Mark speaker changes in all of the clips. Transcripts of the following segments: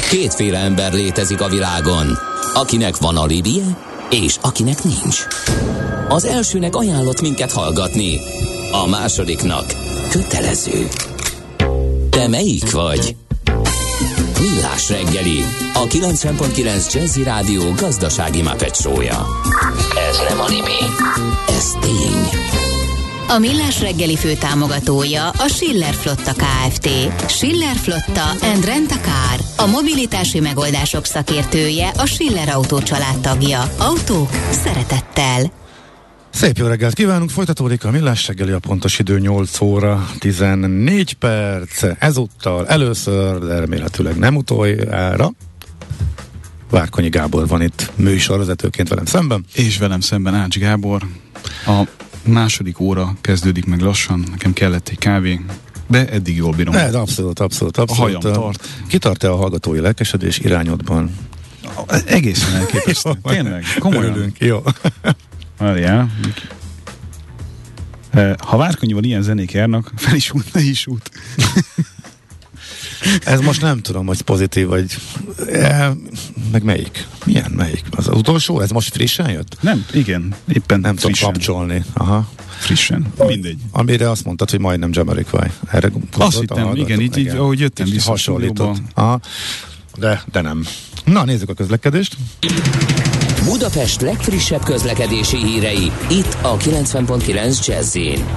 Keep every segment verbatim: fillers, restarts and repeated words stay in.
Speaker 1: Kétféle ember létezik a világon, akinek van alibije, és akinek nincs. Az elsőnek ajánlott minket hallgatni, a másodiknak kötelező. Te melyik vagy? Millás reggeli, a kilencven pont kilenc Jazzy Rádió gazdasági Muppet show-ja. Ez nem anime, ez tény.
Speaker 2: A Millás reggeli főtámogatója a Schiller Flotta Kft. Schiller Flotta and Rent a Car. A mobilitási megoldások szakértője, a Schiller Autó család tagja. Autók szeretettel.
Speaker 3: Szép jó reggelt kívánunk, folytatódik a Millás reggeli, a pontos idő nyolc óra tizennégy perc. Ezúttal először, de remélhetőleg nem utoljára, Várkonyi Gábor van itt műsorvezetőként velem szemben.
Speaker 4: És velem szemben Ács Gábor. A második óra kezdődik meg lassan, nekem kellett egy kávé, de eddig jól bírom.
Speaker 3: Ne, abszolút, abszolút, abszolút.
Speaker 4: A hajam tart.
Speaker 3: Kitart-e a hallgatói lelkesedés irányodban?
Speaker 4: Egészen elképesztő. Tényleg, komolyan.
Speaker 3: Örülünk, jó.
Speaker 4: Várjál. Ha Várkonyival ilyen zenék járnak, fel is út, ne is út.
Speaker 3: Ez most nem tudom, hogy pozitív vagy... E, meg melyik? Milyen melyik? Az, az utolsó? Ez most frissen jött?
Speaker 4: Nem, igen. Éppen
Speaker 3: nem tudom kapcsolni. Aha.
Speaker 4: Frissen. Mindegy.
Speaker 3: Amire azt mondtad, hogy majdnem Jamiroquai. Erre
Speaker 4: azt hittem, igen, így, így ahogy jöttem vissza.
Speaker 3: Hasonlított. Aha. De, de nem. Na, nézzük a közlekedést.
Speaker 1: Budapest legfrissebb közlekedési hírei, itt a kilencven pont kilenc Jazz-in.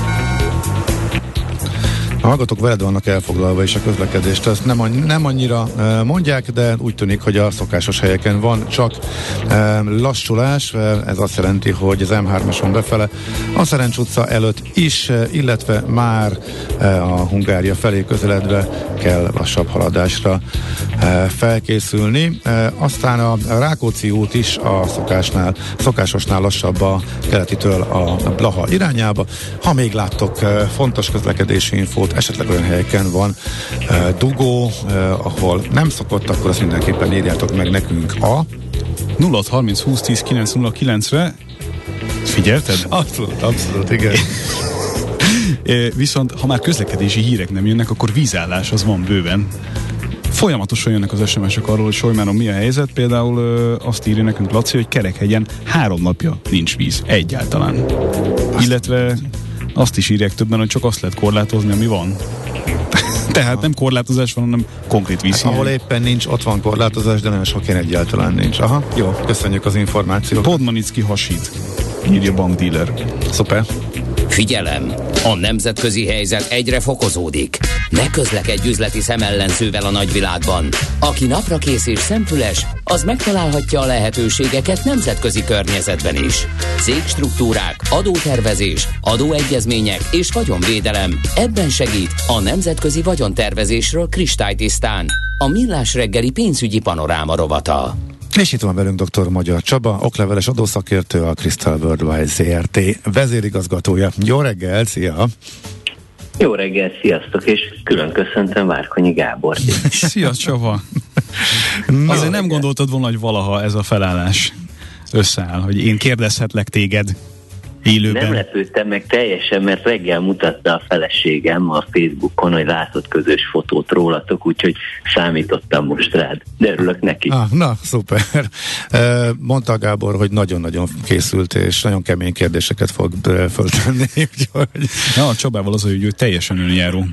Speaker 3: A hallgatók veled vannak elfoglalva, és a közlekedést ezt nem, nem annyira e, mondják, de úgy tűnik, hogy a szokásos helyeken van csak e, lassulás. Ez azt jelenti, hogy az em hármason befele a Szerencs utca előtt is, e, illetve már e, a Hungária felé közeledve kell lassabb haladásra e, felkészülni. E, aztán a Rákóczi út is a szokásnál, szokásosnál lassabb a keletitől a Blaha irányába. Ha még láttok e, fontos közlekedési infót, esetleg olyan helyeken van uh, dugó, uh, ahol nem szokott, akkor azt mindenképpen írjátok meg nekünk a
Speaker 4: nulla harminc húsz tíz kilenc nulla kilencre. Figyelted?
Speaker 3: Abszolút, abszolút, igen.
Speaker 4: Viszont, ha már közlekedési hírek nem jönnek, akkor vízállás az van bőven. Folyamatosan jönnek az es em es-ek arról, hogy Solymáron mi a helyzet. Például ö, azt írja nekünk Laci, hogy Kerekhegyen három napja nincs víz. Egyáltalán. Azt Illetve azt is írják többen, hogy csak azt lehet korlátozni, ami van. Tehát nem korlátozás van, hanem konkrét víz.
Speaker 3: Hát, ahol éppen nincs, ott van korlátozás, de nagyon sok ilyen egyáltalán nincs. Aha, jó, köszönjük az információt.
Speaker 4: Podmanicki hasít, írja bankdíler.
Speaker 3: Szuper.
Speaker 1: Figyelem! A nemzetközi helyzet egyre fokozódik. Ne közlekedj üzleti szemellenzővel a nagyvilágban. Aki naprakész és szemfüles, az megtalálhatja a lehetőségeket nemzetközi környezetben is. Cégstruktúrák, adótervezés, adóegyezmények és vagyonvédelem. Ebben segít a nemzetközi vagyontervezésről kristálytisztán a Millás reggeli pénzügyi panoráma rovata.
Speaker 3: És itt van velünk dr. Magyar Csaba, okleveles adószakértő, a Crystal Worldwide zé er té vezérigazgatója. Jó reggel, szia!
Speaker 5: Jó reggel, sziasztok, és külön köszöntöm Várkonyi Gábort.
Speaker 4: Szia, Csaba! Azért nem gondoltad volna, hogy valaha ez a felállás összeáll, hogy én kérdezhetlek téged élőben.
Speaker 5: Nem lepődtem meg teljesen, mert reggel mutatta a feleségem a Facebookon, hogy látott közös fotót rólatok, úgyhogy számítottam most rád, de örülök neki.
Speaker 3: Ah, na, szuper. Mondta Gábor, hogy nagyon-nagyon készült, és nagyon kemény kérdéseket fog föltenni. Úgyhogy...
Speaker 4: Ja, a Csabával az, hogy ő teljesen önjáró.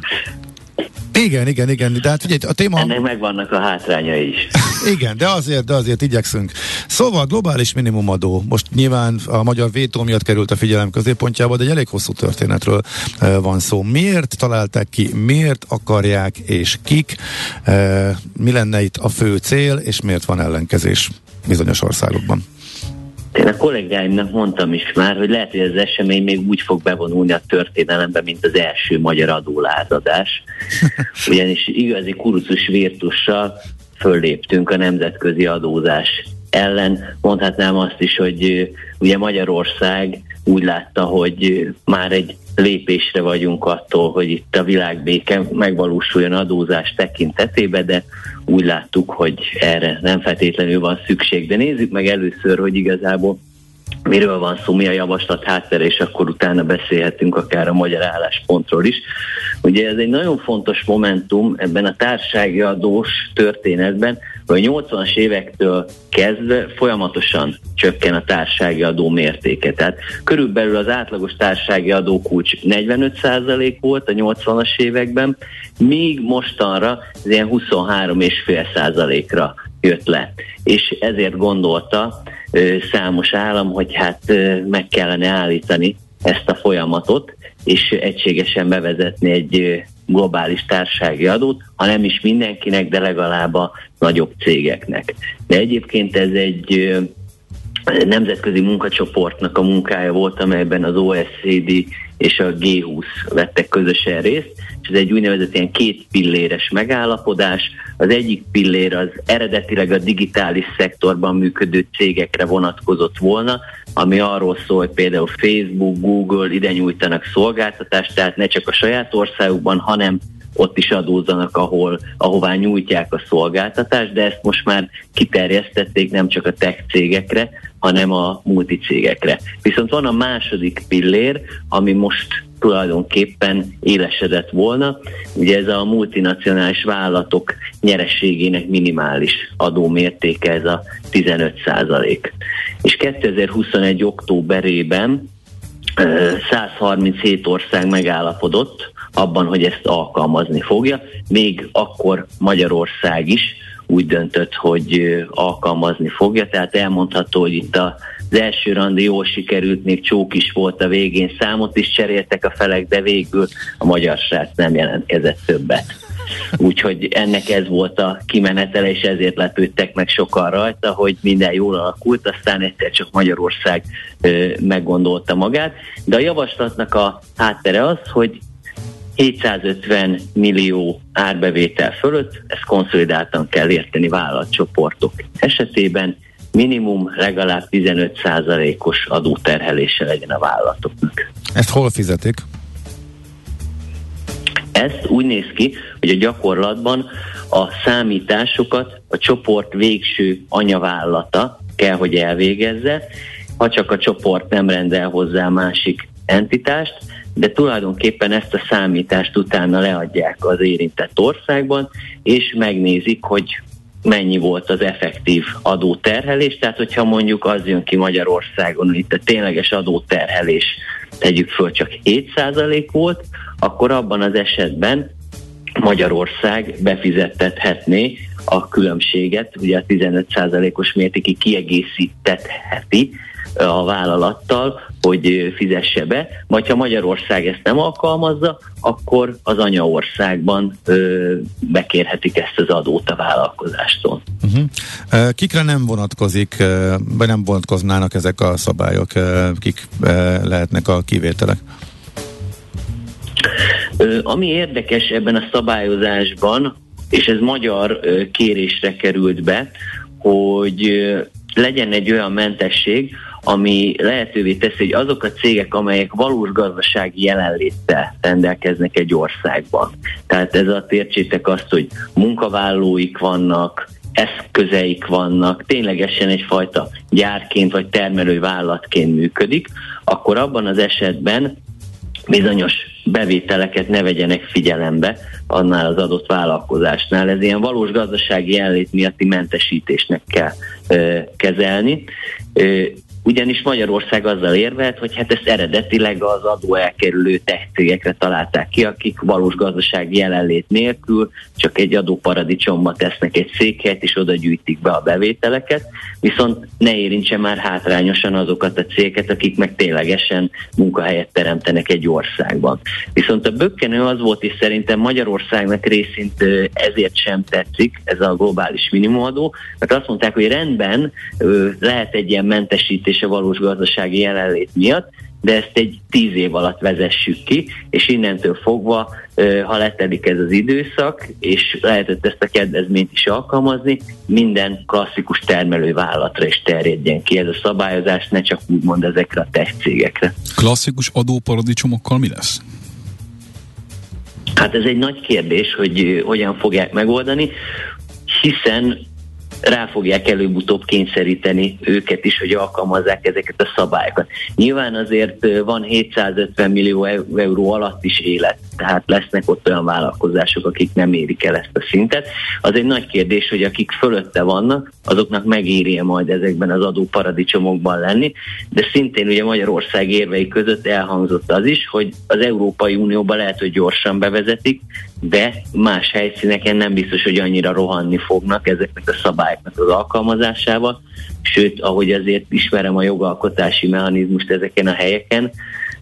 Speaker 3: Igen, igen, igen, de hát ugye a téma...
Speaker 5: Ennek megvannak a hátrányai is.
Speaker 3: Igen, de azért, de azért igyekszünk. Szóval globális minimumadó. Most nyilván a magyar vétó miatt került a figyelem középpontjába, de egy elég hosszú történetről e, van szó. Miért találták ki, miért akarják és kik? E, mi lenne itt a fő cél, és miért van ellenkezés bizonyos országokban?
Speaker 5: Én a kollégáimnak mondtam is már, hogy lehet, hogy az esemény még úgy fog bevonulni a történelembe, mint az első magyar adólázadás. Ugyanis igazi kurzus virtussal fölléptünk a nemzetközi adózás ellen. Mondhatnám azt is, hogy ugye Magyarország úgy látta, hogy már egy lépésre vagyunk attól, hogy itt a világbéke megvalósuljon adózás tekintetében, de úgy láttuk, hogy erre nem feltétlenül van szükség. De nézzük meg először, hogy igazából miről van szó, mi a javaslat háttere, és akkor utána beszélhetünk akár a magyar álláspontról is. Ugye ez egy nagyon fontos momentum ebben a társasági adós történetben, hogy a nyolcvanas évektől kezdve folyamatosan csökken a társasági adó mértéke. Tehát körülbelül az átlagos társasági adókulcs negyvenöt százalék volt a nyolcvanas években, míg mostanra ez ilyen huszonhárom egész öt százalékra jött le. És ezért gondolta ö, számos állam, hogy hát ö, meg kellene állítani ezt a folyamatot, és egységesen bevezetni egy ö, globális társasági adót, ha nem is mindenkinek, de legalább a nagyobb cégeknek. De egyébként ez egy ö, nemzetközi munkacsoportnak a munkája volt, amelyben az o e cé dé és a gé húsz vettek közösen részt, és ez egy úgynevezett ilyen két pilléres megállapodás. Az egyik pillér az eredetileg a digitális szektorban működő cégekre vonatkozott volna, ami arról szól, hogy például Facebook, Google ide nyújtanak szolgáltatást, tehát ne csak a saját országukban, hanem ott is adózzanak, ahol, ahová nyújtják a szolgáltatást, de ezt most már kiterjesztették nem csak a tech cégekre, hanem a multicégekre. Viszont van a második pillér, ami most tulajdonképpen élesedett volna. Ugye ez a multinacionális vállalatok nyereségének minimális adómértéke, ez a tizenöt százalék. És kétezer-huszonegy októberében százharminchét ország megállapodott abban, hogy ezt alkalmazni fogja. Még akkor Magyarország is úgy döntött, hogy alkalmazni fogja, tehát elmondható, hogy itt az első randi jól sikerült, még csók is volt a végén, számot is cseréltek a felek, de végül a magyar srác nem jelentkezett többet. Úgyhogy ennek ez volt a kimenetele, és ezért lepődtek meg sokan rajta, hogy minden jól alakult, aztán egyszer csak Magyarország ö, meggondolta magát. De a javaslatnak a háttere az, hogy hétszázötven millió árbevétel fölött, ezt konszolidáltan kell érteni vállalatcsoportok esetében, minimum legalább tizenöt százalékos adóterhelése legyen a vállalatoknak.
Speaker 3: Ezt hol fizetik?
Speaker 5: Ezt úgy néz ki, hogy a gyakorlatban a számításokat a csoport végső anyavállalata kell, hogy elvégezze, ha csak a csoport nem rendel hozzá másik entitást, de tulajdonképpen ezt a számítást utána leadják az érintett országban, és megnézik, hogy mennyi volt az effektív adóterhelés, tehát hogyha mondjuk az jön ki Magyarországon, hogy itt a tényleges adóterhelés, tegyük föl, csak hét százalék volt, akkor abban az esetben Magyarország befizettethetné a különbséget, ugye a tizenöt százalékos mértékig kiegészítetheti a vállalattal, hogy fizesse be, vagy ha Magyarország ezt nem alkalmazza, akkor az anyaországban ö, bekérhetik ezt az adót a vállalkozástól.
Speaker 3: Uh-huh. Kikre nem vonatkozik, vagy nem vonatkoznának ezek a szabályok, kik lehetnek a kivételek?
Speaker 5: Ö, ami érdekes ebben a szabályozásban, és ez magyar ö, kérésre került be, hogy ö, legyen egy olyan mentesség, ami lehetővé teszi, hogy azok a cégek, amelyek valós gazdasági jelenléttel rendelkeznek egy országban. Tehát ez a értsétek azt, hogy munkavállalóik vannak, eszközeik vannak, ténylegesen egyfajta gyárként vagy termelő vállalatként működik, akkor abban az esetben bizonyos bevételeket ne vegyenek figyelembe annál az adott vállalkozásnál. Ez ilyen valós gazdasági jelenlét miatti mentesítésnek kell ö, kezelni. Ö, Ugyanis Magyarország azzal érvelt, hogy hát ezt eredetileg az adó elkerülő tech cégekre találták ki, akik valós gazdasági jelenlét nélkül csak egy adóparadicsomba tesznek egy székhelyet, és oda gyűjtik be a bevételeket, viszont ne érintse már hátrányosan azokat a cégeket, akik meg ténylegesen munkahelyet teremtenek egy országban. Viszont a bökkenő az volt, és szerintem Magyarországnak részint ezért sem tetszik ez a globális minimumadó, mert azt mondták, hogy rendben lehet egy ilyen mentesítés a valós gazdasági jelenlét miatt, de ezt egy tíz év alatt vezessük ki, és innentől fogva, ha letelik ez az időszak, és lehetett ezt a kedvezményt is alkalmazni, minden klasszikus termelővállalatra is terjedjen ki ez a szabályozás, ne csak úgymond ezekre a tech cégekre.
Speaker 4: Klasszikus adóparadicsomokkal mi lesz?
Speaker 5: Hát ez egy nagy kérdés, hogy hogyan fogják megoldani, hiszen rá fogják előbb-utóbb kényszeríteni őket is, hogy alkalmazzák ezeket a szabályokat. Nyilván azért van hétszázötven millió euró alatt is élet, tehát lesznek ott olyan vállalkozások, akik nem érik el ezt a szintet. Az egy nagy kérdés, hogy akik fölötte vannak, azoknak megéri majd ezekben az adóparadicsomokban lenni, de szintén ugye Magyarország érvei között elhangzott az is, hogy az Európai Unióban lehet, hogy gyorsan bevezetik, de más helyszíneken nem biztos, hogy annyira rohanni fognak ezeknek a szabályoknak az alkalmazásával, sőt, ahogy azért ismerem a jogalkotási mechanizmust ezeken a helyeken,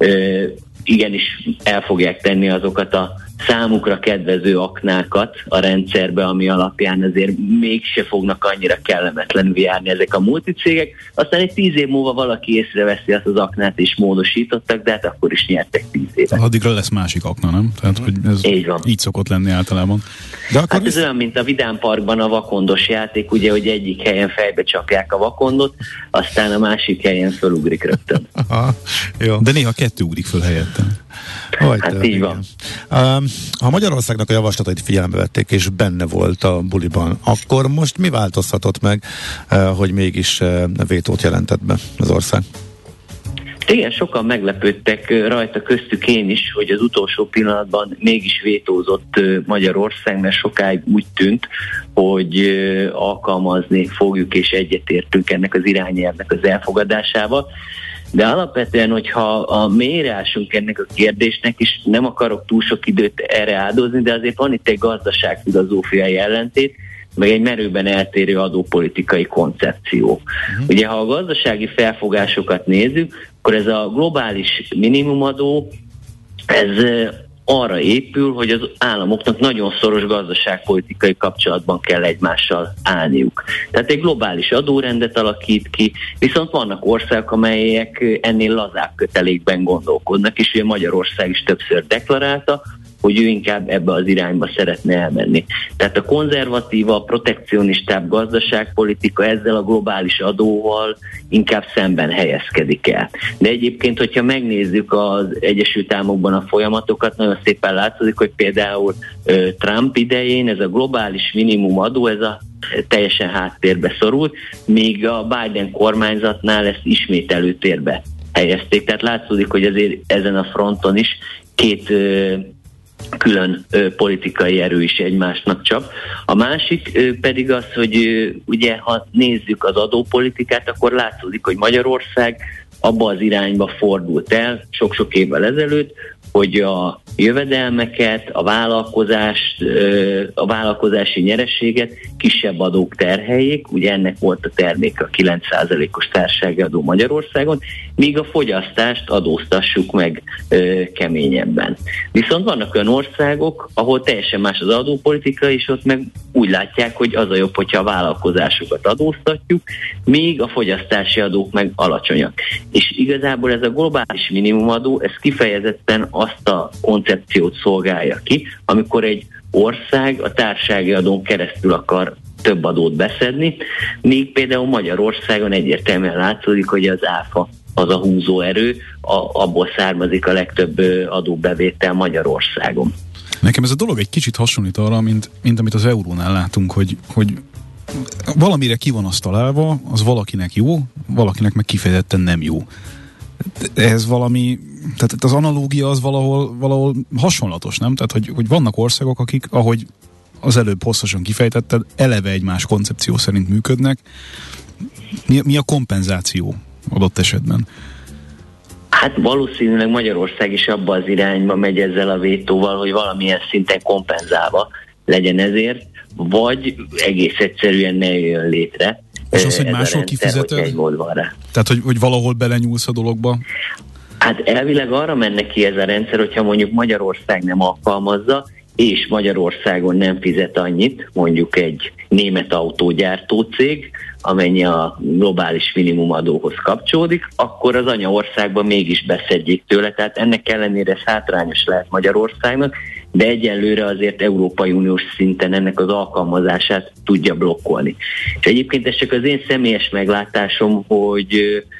Speaker 5: igenis el fogják tenni azokat a számukra kedvező aknákat a rendszerbe, ami alapján azért mégse fognak annyira kellemetlenül járni ezek a multicégek. Aztán egy tíz év múlva valaki észreveszi azt az aknát, és módosítottak, de hát akkor is nyertek tíz évet.
Speaker 4: Addigra lesz másik akna, nem? Tehát, hogy ez így, van. Így szokott lenni általában. De akkor
Speaker 5: hát ez visz... olyan, mint a Vidám Parkban a vakondos játék, ugye, hogy egyik helyen fejbe csapják a vakondot, aztán a másik helyen fölugrik rögtön.
Speaker 3: Aha, jó.
Speaker 4: De néha kettő ugrik föl helyette.
Speaker 3: Hogy
Speaker 5: hát így van.
Speaker 3: Um, ha Magyarországnak a javaslatait figyelembe vették, és benne volt a buliban, akkor most mi változhatott meg, uh, hogy mégis uh, vétót jelentett be az ország?
Speaker 5: Igen, sokan meglepődtek rajta, köztük én is, hogy az utolsó pillanatban mégis vétózott Magyarország, mert sokáig úgy tűnt, hogy alkalmazni fogjuk és egyetértünk ennek az irányelvnek az elfogadásával. De alapvetően, hogyha a mélyre ásunk ennek a kérdésnek, és nem akarok túl sok időt erre áldozni, de azért van itt egy gazdaságfilozófiai ellentét, meg egy merőben eltérő adópolitikai koncepció. Uh-huh. Ugye, ha a gazdasági felfogásokat nézzük, akkor ez a globális minimumadó, ez arra épül, hogy az államoknak nagyon szoros gazdaságpolitikai kapcsolatban kell egymással állniuk. Tehát egy globális adórendet alakít ki, viszont vannak országok, amelyek ennél lazább kötelékben gondolkodnak, és ugye Magyarország is többször deklarálta, hogy ő inkább ebbe az irányba szeretne elmenni. Tehát a konzervatíva, protekcionistább gazdaságpolitika ezzel a globális adóval inkább szemben helyezkedik el. De egyébként, hogyha megnézzük az Egyesült Államokban a folyamatokat, nagyon szépen látszik, hogy például Trump idején ez a globális minimumadó, ez a teljesen háttérbe szorult, míg a Biden kormányzatnál ezt ismét előtérbe helyezték. Tehát látszik, hogy azért ezen a fronton is két külön ö, politikai erő is egymásnak csap. A másik ö, pedig az, hogy ö, ugye, ha nézzük az adópolitikát, akkor látszik, hogy Magyarország abba az irányba fordult el sok-sok évvel ezelőtt, hogy a jövedelmeket, a vállalkozást, a vállalkozási nyereséget kisebb adók terheljék, ugye ennek volt a terméke a kilenc százalékos társasági adó Magyarországon, míg a fogyasztást adóztassuk meg ö, keményebben. Viszont vannak olyan országok, ahol teljesen más az adópolitika, és ott meg úgy látják, hogy az a jobb, hogyha a vállalkozásokat adóztatjuk, míg a fogyasztási adók meg alacsonyak. És igazából ez a globális minimumadó, ez kifejezetten azt a koncepciót szolgálja ki, amikor egy ország a társasági adón keresztül akar több adót beszedni, míg például Magyarországon egyértelműen látszik, hogy az áfa az a húzó erő, a, abból származik a legtöbb adóbevétel Magyarországon.
Speaker 4: Nekem ez a dolog egy kicsit hasonlít arra, mint, mint amit az eurónál látunk, hogy, hogy valamire ki van azt találva, az valakinek jó, valakinek meg kifejezetten nem jó. Ez valami, tehát az analógia az valahol, valahol hasonlatos, nem? Tehát, hogy, hogy vannak országok, akik, ahogy az előbb hosszasan kifejtetted, eleve egymás koncepció szerint működnek. Mi, mi a kompenzáció adott esetben?
Speaker 5: Hát valószínűleg Magyarország is abba az irányba megy ezzel a vétóval, hogy valamilyen szinten kompenzálva legyen ezért, vagy egész egyszerűen ne jöjjön létre.
Speaker 4: És az, hogy máshol kifizeted? Tehát, hogy, hogy valahol belenyúlsz a dologba?
Speaker 5: Hát elvileg arra menne ki ez a rendszer, hogyha mondjuk Magyarország nem alkalmazza, és Magyarországon nem fizet annyit, mondjuk egy német autógyártó cég, amennyi a globális minimumadóhoz kapcsolódik, akkor az anyaországban mégis beszedjék tőle. Tehát ennek ellenére ez hátrányos lehet Magyarországnak, de egyelőre azért Európai Uniós szinten ennek az alkalmazását tudja blokkolni. És egyébként ez csak az én személyes meglátásom, hogy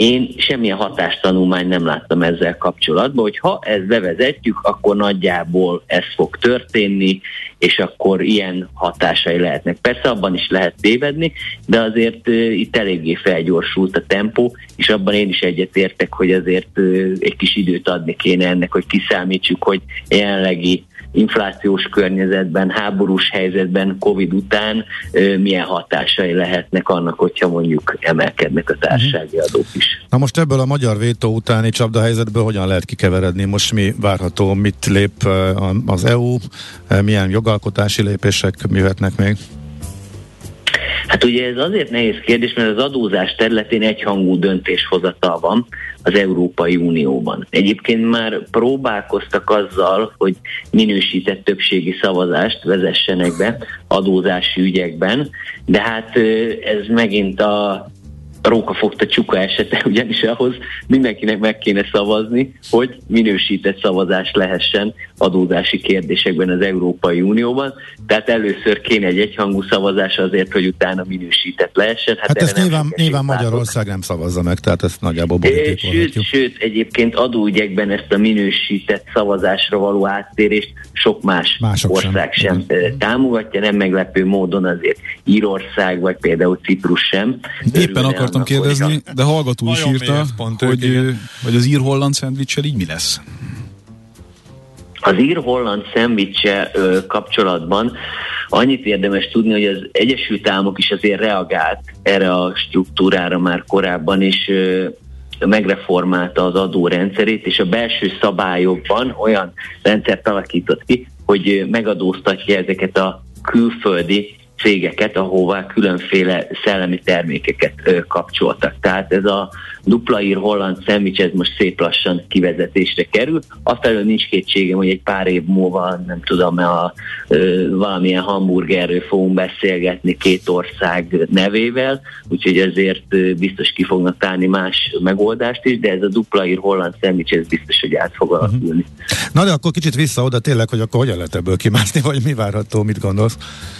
Speaker 5: Én semmilyen hatástanulmányt nem láttam ezzel kapcsolatban, hogy ha ezt bevezetjük, akkor nagyjából ez fog történni, és akkor ilyen hatásai lehetnek. Persze abban is lehet tévedni, de azért uh, itt eléggé felgyorsult a tempó, és abban én is egyetértek, hogy azért uh, egy kis időt adni kéne ennek, hogy kiszámítsuk, hogy jelenlegi inflációs környezetben, háborús helyzetben, Covid után ö, milyen hatásai lehetnek annak, hogyha mondjuk emelkednek a társasági adók is.
Speaker 3: Na most ebből a magyar vétó utáni csapdahelyzetből hogyan lehet kikeveredni? Most mi várható, mit lép az é u, milyen jogalkotási lépések jöhetnek még?
Speaker 5: Hát ugye ez azért nehéz kérdés, mert az adózás területén egyhangú döntéshozatal van az Európai Unióban. Egyébként már próbálkoztak azzal, hogy minősített többségi szavazást vezessenek be adózási ügyekben, de hát ez megint a rókafogta csuka esete, ugyanis ahhoz mindenkinek meg kéne szavazni, hogy minősített szavazás lehessen adózási kérdésekben az Európai Unióban. Tehát először kéne egy egyhangú szavazás azért, hogy utána minősített lehessen. Hát,
Speaker 3: hát ezt nyilván, nyilván Magyarország nem szavazza meg, tehát ezt nagyjából borítékolhatjuk.
Speaker 5: Sőt, sőt, egyébként adóügyekben ezt a minősített szavazásra való áttérést sok más Mások ország sem, sem támogatja, nem meglepő módon azért Írország, vagy például Ciprus sem.
Speaker 4: Éppen akartam kérdezni, de hallgató is írta, hogy, hogy az ír-holland szendvicssel így mi lesz?
Speaker 5: Az ír-holland szendvicssel kapcsolatban annyit érdemes tudni, hogy az Egyesült Államok is azért reagált erre a struktúrára már korábban, és megreformálta az adórendszerét, és a belső szabályokban olyan rendszert alakított ki, hogy megadóztatja ezeket a külföldi cégeket, ahová különféle szellemi termékeket ö, kapcsoltak. Tehát ez a dupla ír-holland szendvics, ez most szép lassan kivezetésre kerül. Afelől nincs kétségem, hogy egy pár év múlva, nem tudom, a, ö, valamilyen hamburgerről fogunk beszélgetni két ország nevével, úgyhogy ezért ö, biztos ki fognak találni más megoldást is, de ez a dupla ír-holland szendvics, ez biztos, hogy át fog alakulni.
Speaker 3: Na de akkor kicsit vissza oda tényleg, hogy akkor hogyan lehet ebből kimászni, vagy mi várható, mit gondolsz?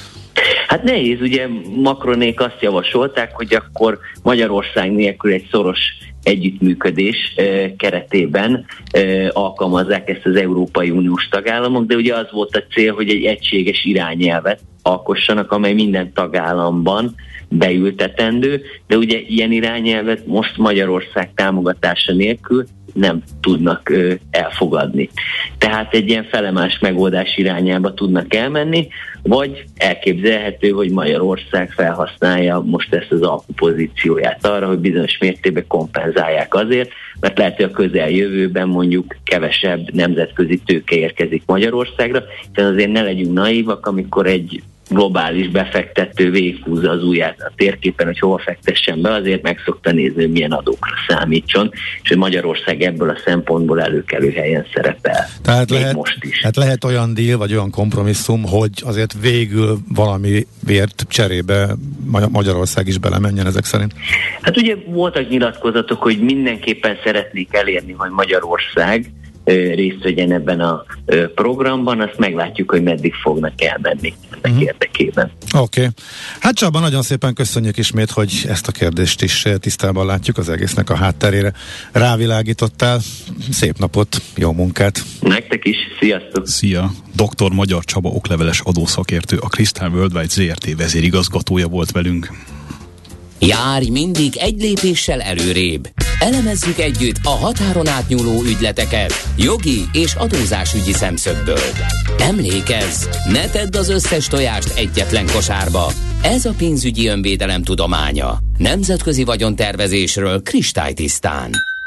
Speaker 5: Hát nehéz, ugye Macronék azt javasolták, hogy akkor Magyarország nélkül egy szoros együttműködés eh, keretében eh, alkalmazzák ezt az Európai Uniós tagállamok, de ugye az volt a cél, hogy egy egységes irányelvet alkossanak, amely minden tagállamban beültetendő, de ugye ilyen irányelvet most Magyarország támogatása nélkül nem tudnak ö, elfogadni. Tehát egy ilyen felemás megoldás irányába tudnak elmenni, vagy elképzelhető, hogy Magyarország felhasználja most ezt az alkupozícióját arra, hogy bizonyos mértékben kompenzálják azért, mert lehet, hogy a közeljövőben mondjuk kevesebb nemzetközi tőke érkezik Magyarországra, tehát azért ne legyünk naívak, amikor egy globális befektető végighúzza az ujját a térképen, hogy hova fektessen be, azért meg szokta nézni, hogy milyen adókra számítson, és hogy Magyarország ebből a szempontból előkelő helyen szerepel.
Speaker 3: Tehát lehet, most is. Tehát lehet olyan díl, vagy olyan kompromisszum, hogy azért végül valamiért cserébe Magyarország is belemenjen ezek szerint?
Speaker 5: Hát ugye voltak nyilatkozatok, hogy mindenképpen szeretnék elérni, hogy Magyarország részt vegyen ebben a programban, azt meglátjuk, hogy meddig fognak elmenni ennek uh-huh. érdekében.
Speaker 3: Oké. Okay. Hát Csaba, nagyon szépen köszönjük ismét, hogy ezt a kérdést is tisztában látjuk, az egésznek a hátterére rávilágítottál. Szép napot, jó munkát!
Speaker 5: Nektek is, sziasztok!
Speaker 4: Szia! doktor Magyar Csaba okleveles adószakértő, a Crystal Worldwide zé er té vezérigazgatója volt velünk.
Speaker 1: Járj mindig egy lépéssel előrébb. Elemezzük együtt a határon átnyúló ügyleteket jogi és adózásügyi szemszögből. Emlékezz, ne tedd az összes tojást egyetlen kosárba. Ez a pénzügyi önvédelem tudománya. Nemzetközi vagyontervezésről kristálytisztán.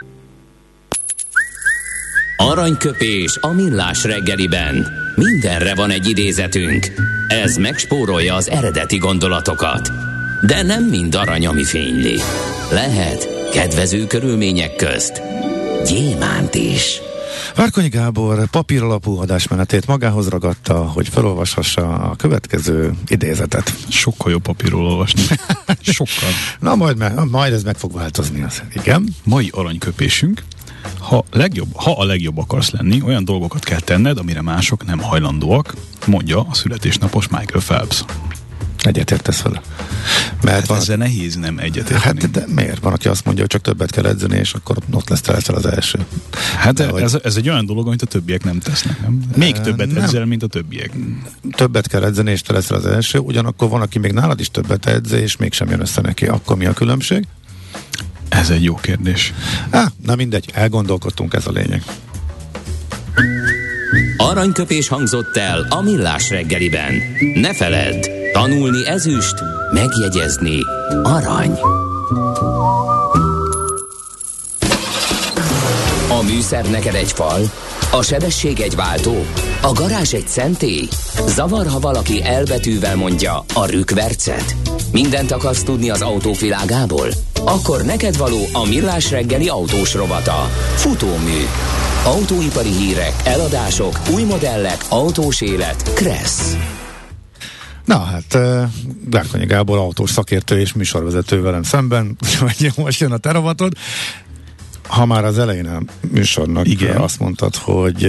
Speaker 1: Aranyköpés a millás reggeliben. Mindenre van egy idézetünk. Ez megspórolja az eredeti gondolatokat. De nem mind arany, ami fényli. Lehet kedvező körülmények közt gyémánt is.
Speaker 3: Várkonyi Gábor papíralapú adásmenetét magához ragadta, hogy felolvashassa a következő idézetet.
Speaker 4: Sokkal jobb papírról olvasni. Sokkal.
Speaker 3: Na majd, me- majd ez meg fog változni. Az. Igen.
Speaker 4: Mai aranyköpésünk. Ha, legjobb, ha a legjobb akarsz lenni, olyan dolgokat kell tenned, amire mások nem hajlandóak, mondja a születésnapos Michael Phelps.
Speaker 3: Egyetértesz vele. Mert
Speaker 4: hát
Speaker 3: van,
Speaker 4: ezzel nehéz nem egyetérteni.
Speaker 3: Hát de miért? Van, aki azt mondja, hogy csak többet kell edzeni, és akkor ott lesz, te leszel az első.
Speaker 4: Hát de,
Speaker 3: hogy...
Speaker 4: ez, ez egy olyan dolog, amit a többiek nem tesznek, nem? Még többet nem. edzel, mint a többiek.
Speaker 3: Többet kell edzeni, és te leszel az első, ugyanakkor van, aki még nálad is többet edz, és mégsem jön össze neki. Akkor mi a különbség?
Speaker 4: Ez egy jó kérdés.
Speaker 3: Á, na mindegy, elgondolkodtunk, ez a lényeg.
Speaker 1: Aranyköpés hangzott el a Millás reggeliben. Ne feledd, tanulni ezüst, megjegyezni arany. A műszer neked egy fal, a sebesség egy váltó, a garázs egy szentély. Zavar, ha valaki elbetűvel mondja a rükvercet. Mindent akarsz tudni az autóvilágából? Akkor neked való a Millás reggeli autós rovata. Futómű. Autóipari hírek, eladások, új modellek, autós élet. Kressz.
Speaker 3: Na hát, Várkonyi Gábor autós szakértő és műsorvezető velem szemben, úgyhogy most jön a te rovatod. Ha már az elején a műsornak igen. azt mondtad, hogy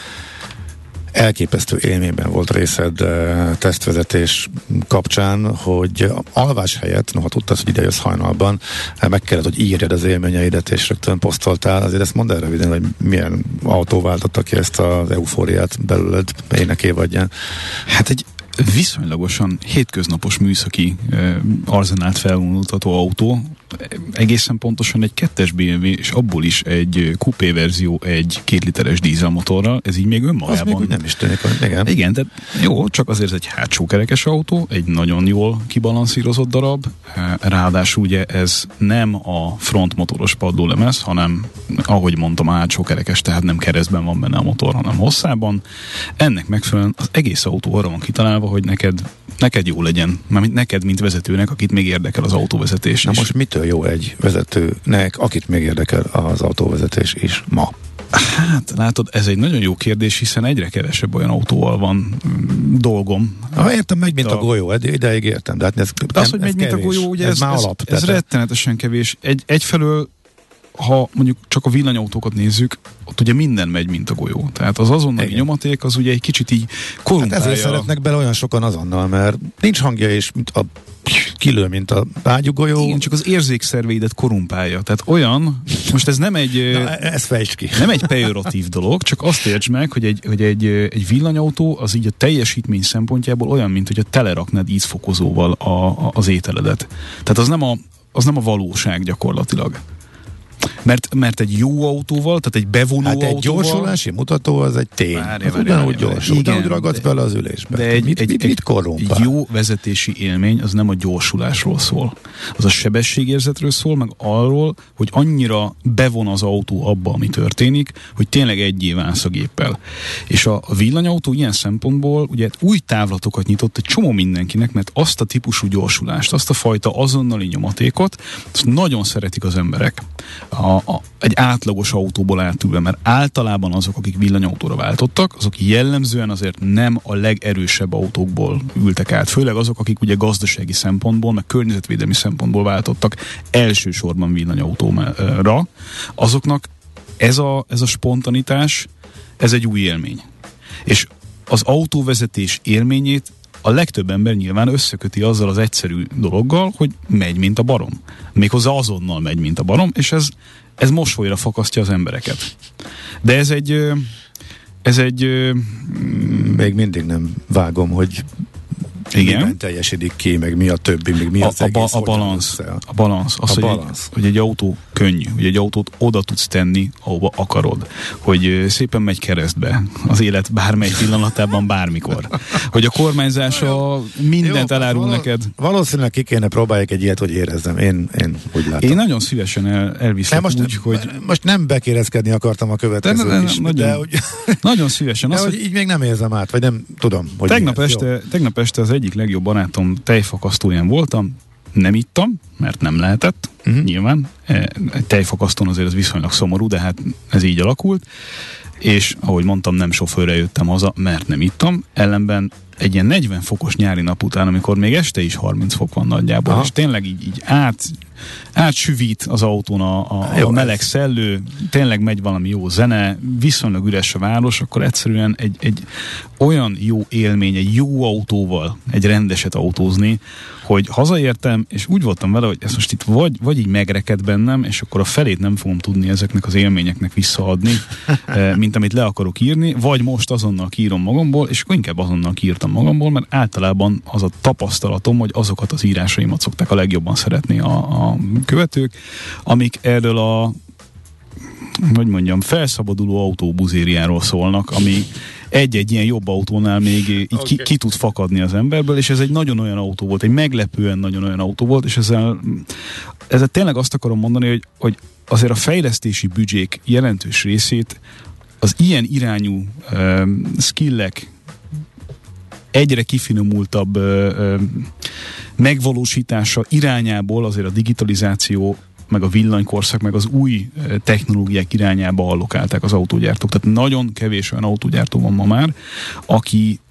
Speaker 3: elképesztő élményben volt részed tesztvezetés kapcsán, hogy alvás helyett, noha tudtad, hogy ide jössz hajnalban, meg kellett, hogy írjad az élményeidet, és rögtön posztoltál. Azért ezt mondd el röviden, hogy milyen autó váltotta ki ezt az eufóriát belőled énekévadján.
Speaker 4: Hát egy viszonylagosan hétköznapos műszaki eh, arzenált felvonultató autó, egészen pontosan egy kettes bé em vé, és abból is egy kupé verzió egy két literes dízelmotorral, ez így még önmagában.
Speaker 3: Az még nem is tűnik, hogy igen.
Speaker 4: Igen, tehát jó, csak azért ez egy hátsó kerekes autó, egy nagyon jól kibalanszírozott darab, ráadásul ugye ez nem a frontmotoros padlólemez, hanem ahogy mondtam, a hátsó kerekes, tehát nem keresztben van benne a motor, hanem hosszában. Ennek megfelelően az egész autó arra van kitalálva, hogy neked, neked jó legyen, mármint neked, mint vezetőnek, akit még érdekel az autóvezetés.
Speaker 3: Na most mitől jó egy vezetőnek, akit még érdekel az autóvezetés is ma?
Speaker 4: Hát, látod, ez egy nagyon jó kérdés, hiszen egyre kevesebb olyan autóval van mm, dolgom.
Speaker 3: Ha értem, megy, mint a, a golyó, ideig értem. De hát ez,
Speaker 4: de az, hogy megy, mint a golyó, ugye ez, ez, már ez, alap, ez rettenetesen kevés. Egy, egyfelől, ha mondjuk csak a villanyautókat nézzük, ott ugye minden megy, mint a golyó. Tehát az azonnali igen. nyomaték, az ugye egy kicsit így korrumpálja.
Speaker 3: Hát ezért szeretnek bele olyan sokan azonnal, mert nincs hangja, és mint a kilő, mint a ágyúgolyó.
Speaker 4: Igen, csak az érzékszerveidet korrumpálja. Tehát olyan, most ez nem egy...
Speaker 3: Na, ezt fejtsd ki.
Speaker 4: Nem egy pejoratív dolog, csak azt értsd meg, hogy egy, hogy egy, egy villanyautó az így a teljesítmény szempontjából olyan, mint hogy a teleraknád ízfokozóval a, a, az ételedet. Tehát az nem a, az nem a valóság gyakorlatilag. Mert, mert egy jó autóval, tehát egy bevonó
Speaker 3: hát egy
Speaker 4: autóval...
Speaker 3: gyorsulási mutató az egy tény. Várj, az várj, ugyanúgy gyors, ugyanúgy ragadsz de, bele az ülésbe.
Speaker 4: De egy,
Speaker 3: mit,
Speaker 4: egy,
Speaker 3: mit, mit korrumpál?
Speaker 4: Egy jó vezetési élmény az nem a gyorsulásról szól. Az a sebességérzetről szól, meg arról, hogy annyira bevon az autó abba, ami történik, hogy tényleg egyé válsz a géppel. És a, a villanyautó ilyen szempontból ugye új távlatokat nyitott egy csomó mindenkinek, mert azt a típusú gyorsulást, azt a fajta azonnali nyomatékot, azt nagyon szeretik az emberek. A A, a, egy átlagos autóból átülve, mert általában azok, akik villanyautóra váltottak, azok jellemzően azért nem a legerősebb autókból ültek át. Főleg azok, akik ugye gazdasági szempontból, meg környezetvédelmi szempontból váltottak elsősorban villanyautóra, azoknak ez a, ez a spontanitás, ez egy új élmény. És az autóvezetés élményét a legtöbb ember nyilván összeköti azzal az egyszerű dologgal, hogy megy, mint a barom. Méghozzá azonnal megy, mint a barom, és ez, ez mosolyra fakasztja az embereket. De ez egy... Ez egy...
Speaker 3: Még mindig nem vágom, hogy igen? Miben teljesítik ki, meg mi a többi, meg mi az
Speaker 4: a,
Speaker 3: egész.
Speaker 4: A, a balansz. A balansz. Az, a hogy, balansz. Egy, hogy egy autó könnyű, hogy egy autót oda tudsz tenni, ahova akarod. Hogy szépen megy keresztbe az élet bármely pillanatában, bármikor. Hogy a kormányzása mindent jó, elárul való, neked.
Speaker 3: Valószínűleg ki kéne próbálják egy ilyet, hogy érezzem. Én, én úgy látom.
Speaker 4: Én nagyon szívesen el, elviszlek
Speaker 3: most
Speaker 4: úgy,
Speaker 3: nem,
Speaker 4: hogy...
Speaker 3: Most nem bekérezkedni akartam a következő de, de, is.
Speaker 4: Nagyon,
Speaker 3: de, hogy,
Speaker 4: nagyon szívesen.
Speaker 3: De
Speaker 4: az,
Speaker 3: hogy így még nem érzem át, vagy nem tudom. Hogy
Speaker 4: tegnap, este, tegnap este az egyik legjobb barátom tejfakasztóján voltam, nem ittam, mert nem lehetett, uh-huh. nyilván. Egy tejfakasztón azért ez viszonylag szomorú, de hát ez így alakult. És ahogy mondtam, nem sofőrre jöttem haza, mert nem ittam. Ellenben egy ilyen negyven fokos nyári nap után, amikor még este is harminc fok van nagyjából, aha. és tényleg így, így át átsüvít az autón a, a, a meleg szellő, tényleg megy valami jó zene, viszonylag üres a város, akkor egyszerűen egy, egy olyan jó élmény, egy jó autóval egy rendeset autózni, hogy hazaértem, és úgy voltam vele, hogy ez most itt vagy, vagy így megreked bennem, és akkor a felét nem fogom tudni ezeknek az élményeknek visszaadni, mint amit le akarok írni, vagy most azonnal kiírom magamból, és akkor inkább azonnal kiírtam magamból, mert általában az a tapasztalatom, hogy azokat az írásaimat szokták a legjobban szeretni a, a követők, amik erről a, hogy mondjam, felszabaduló autóbuzériáról szólnak, ami egy-egy ilyen jobb autónál még így okay. ki, ki tud fakadni az emberből, és ez egy nagyon olyan autó volt, egy meglepően nagyon olyan autó volt, és ezzel, ezzel tényleg azt akarom mondani, hogy, hogy azért a fejlesztési büdzsék jelentős részét az ilyen irányú uh, skillek egyre kifinomultabb uh, uh, megvalósítása irányából azért a digitalizáció, meg a villanykorszak, meg az új technológiák irányába allokálták az autógyártók. Tehát nagyon kevés olyan autógyártó van ma már, aki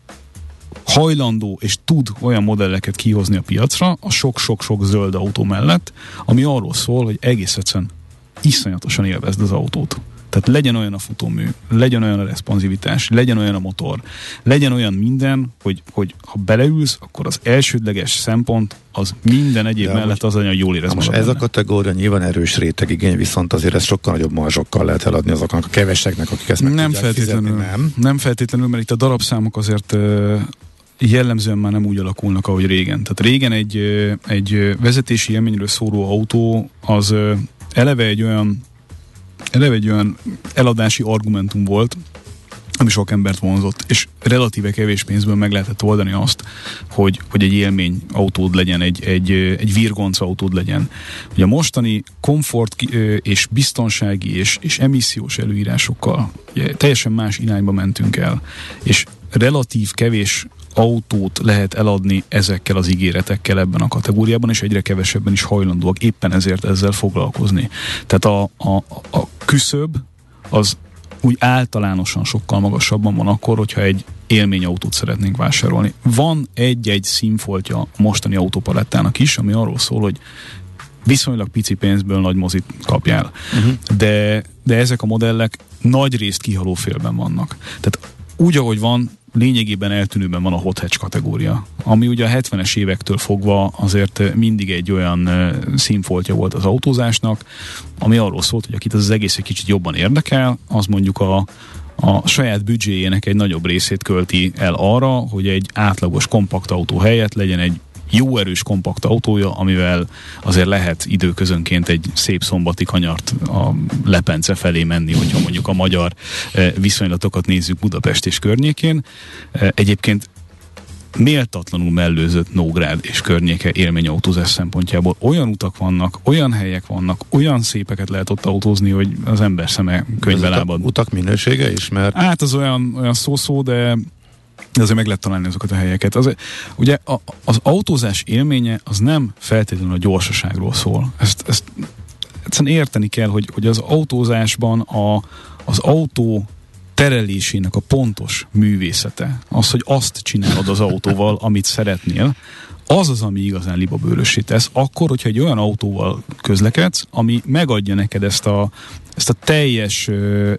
Speaker 4: hajlandó és tud olyan modelleket kihozni a piacra a sok-sok-sok zöld autó mellett, ami arról szól, hogy egész egyszerűen iszonyatosan élvezd az autót. Tehát legyen olyan a futómű, legyen olyan a responsivitás, legyen olyan a motor, legyen olyan minden, hogy, hogy ha beleülsz, akkor az elsődleges szempont az minden egyéb de mellett az, hogy jól érez magad.
Speaker 3: Ez benne. A kategória nyilván erős rétegigény, viszont azért ez sokkal nagyobb marzsokkal lehet eladni azoknak a keveseknek, akik ezt meg
Speaker 4: nem
Speaker 3: tudják
Speaker 4: feltétlenül,
Speaker 3: fizetni, nem?
Speaker 4: Nem feltétlenül, mert itt a darabszámok azért uh, jellemzően már nem úgy alakulnak, ahogy régen. Tehát régen egy, uh, egy vezetési élményről szóló autó az uh, eleve egy olyan eleve egy olyan eladási argumentum volt, ami sok embert vonzott, és relatíve kevés pénzből meg lehetett oldani azt, hogy, hogy egy élmény autód legyen, egy, egy, egy virgonc autód legyen. Ugye a mostani komfort és biztonsági és, és emissziós előírásokkal ugye, teljesen más irányba mentünk el, és relatív kevés autót lehet eladni ezekkel az ígéretekkel ebben a kategóriában, és egyre kevesebben is hajlandóak éppen ezért ezzel foglalkozni. Tehát a, a, a küszöb az úgy általánosan sokkal magasabban van akkor, hogyha egy élményautót szeretnénk vásárolni. Van egy-egy színfoltja a mostani autópalettának is, ami arról szól, hogy viszonylag pici pénzből nagy mozit kapjál. Uh-huh. De, de ezek a modellek nagy részt kihaló félben vannak. Tehát úgy, ahogy van, lényegében eltűnőben van a hot hatch kategória, ami ugye a hetvenes évektől fogva azért mindig egy olyan színfoltja volt az autózásnak, ami arról szólt, hogy akit az egész egy kicsit jobban érdekel, az mondjuk a, a saját büdzséjének egy nagyobb részét költi el arra, hogy egy átlagos kompakt autó helyett legyen egy jó erős kompakt autója, amivel azért lehet időközönként egy szép szombati kanyart a Lepence felé menni, hogyha mondjuk a magyar viszonylatokat nézzük Budapest és környékén. Egyébként méltatlanul mellőzött Nógrád és környéke élményautózás szempontjából olyan utak vannak, olyan helyek vannak, olyan szépeket lehet ott autózni, hogy az ember szeme könyvbe lábad.
Speaker 3: Utak minősége is? Mert...
Speaker 4: Hát az olyan, olyan szó-szó, de de azért meg lehet találni azokat a helyeket. Az, ugye a, az autózás élménye az nem feltétlenül a gyorsaságról szól. Ezt, ezt egyszerűen érteni kell, hogy, hogy az autózásban a, az autó terelésének a pontos művészete, az, hogy azt csinálod az autóval, amit szeretnél, az az, ami igazán libabőrössé tesz, akkor, hogyha egy olyan autóval közlekedsz, ami megadja neked ezt a, ezt a teljes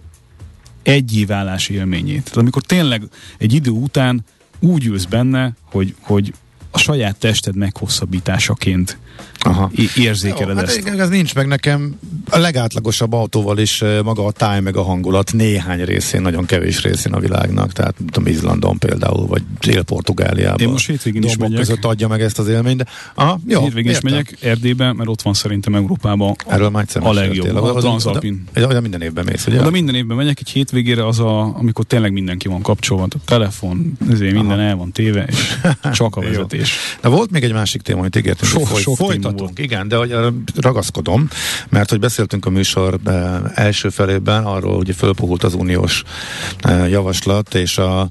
Speaker 4: egyéválás élményét. Tehát amikor tényleg egy idő után úgy ülsz benne, hogy, hogy a saját tested meghosszabbításaként Aha. érzékeled
Speaker 3: Jó,
Speaker 4: ezt.
Speaker 3: Hát ez nincs meg nekem. A legátlagosabb autóval is maga a táj meg a hangulat néhány részén, nagyon kevés részén a világnak, tehát tudom, Izlandon például, vagy Dél-Portugáliában.
Speaker 4: Én most hétvégén is megyek.
Speaker 3: Között adja meg ezt az élményt. De, aha, jó,
Speaker 4: hétvégén is megyek Erdélybe, mert ott van szerintem Európában a, a legjobb. A Transalpin.
Speaker 3: Oda, oda minden évben mész, ugye?
Speaker 4: Oda minden évben megyek, egy hétvégére az a, amikor tényleg mindenki van kapcsolva, a telefon, ezért minden el van téve, és csak a vezetés.
Speaker 3: De volt még egy másik téma, amit ígértünk,
Speaker 4: sok,
Speaker 3: hogy
Speaker 4: sok
Speaker 3: folytatunk. Igen, de hogy ragaszkodom, mert hogy beszéltünk a műsor első felében arról, hogy fölpuhult az uniós javaslat, és a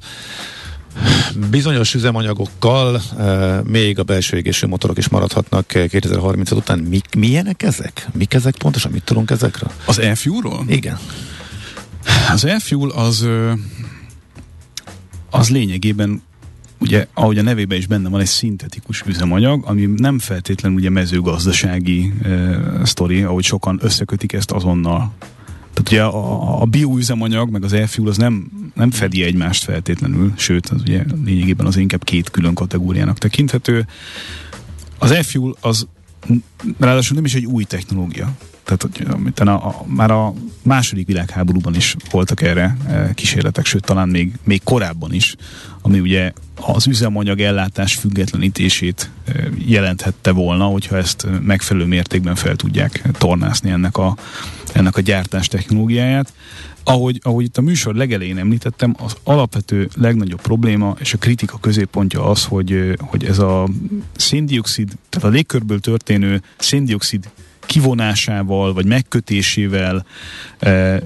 Speaker 3: bizonyos üzemanyagokkal még a belső égésű motorok is maradhatnak kétezer-harminc után. Mi, milyenek ezek? Mik ezek pontosan? Mit tudunk ezekről?
Speaker 4: Az e-fuelról?
Speaker 3: Igen.
Speaker 4: Az e-fuel az az lényegében ugye, ahogy a nevében is benne van, egy szintetikus üzemanyag, ami nem feltétlenül ugye mezőgazdasági e, sztori, ahogy sokan összekötik ezt azonnal. Tehát ugye a, a bioüzemanyag, meg az e-fuel az nem, nem fedi egymást feltétlenül, sőt, az ugye lényegében az inkább két külön kategóriának tekinthető. Az e-fuel az ráadásul nem is egy új technológia. Tehát a, a, már a második világháborúban is voltak erre e, kísérletek, sőt talán még, még korábban is, ami ugye az üzemanyag ellátás függetlenítését e, jelenthette volna, hogyha ezt megfelelő mértékben fel tudják tornászni ennek a, ennek a gyártás technológiáját. Ahogy, ahogy itt a műsor legelején említettem, az alapvető legnagyobb probléma és a kritika középpontja az, hogy, hogy ez a széndioxid, tehát a légkörből történő széndioxid kivonásával, vagy megkötésével e,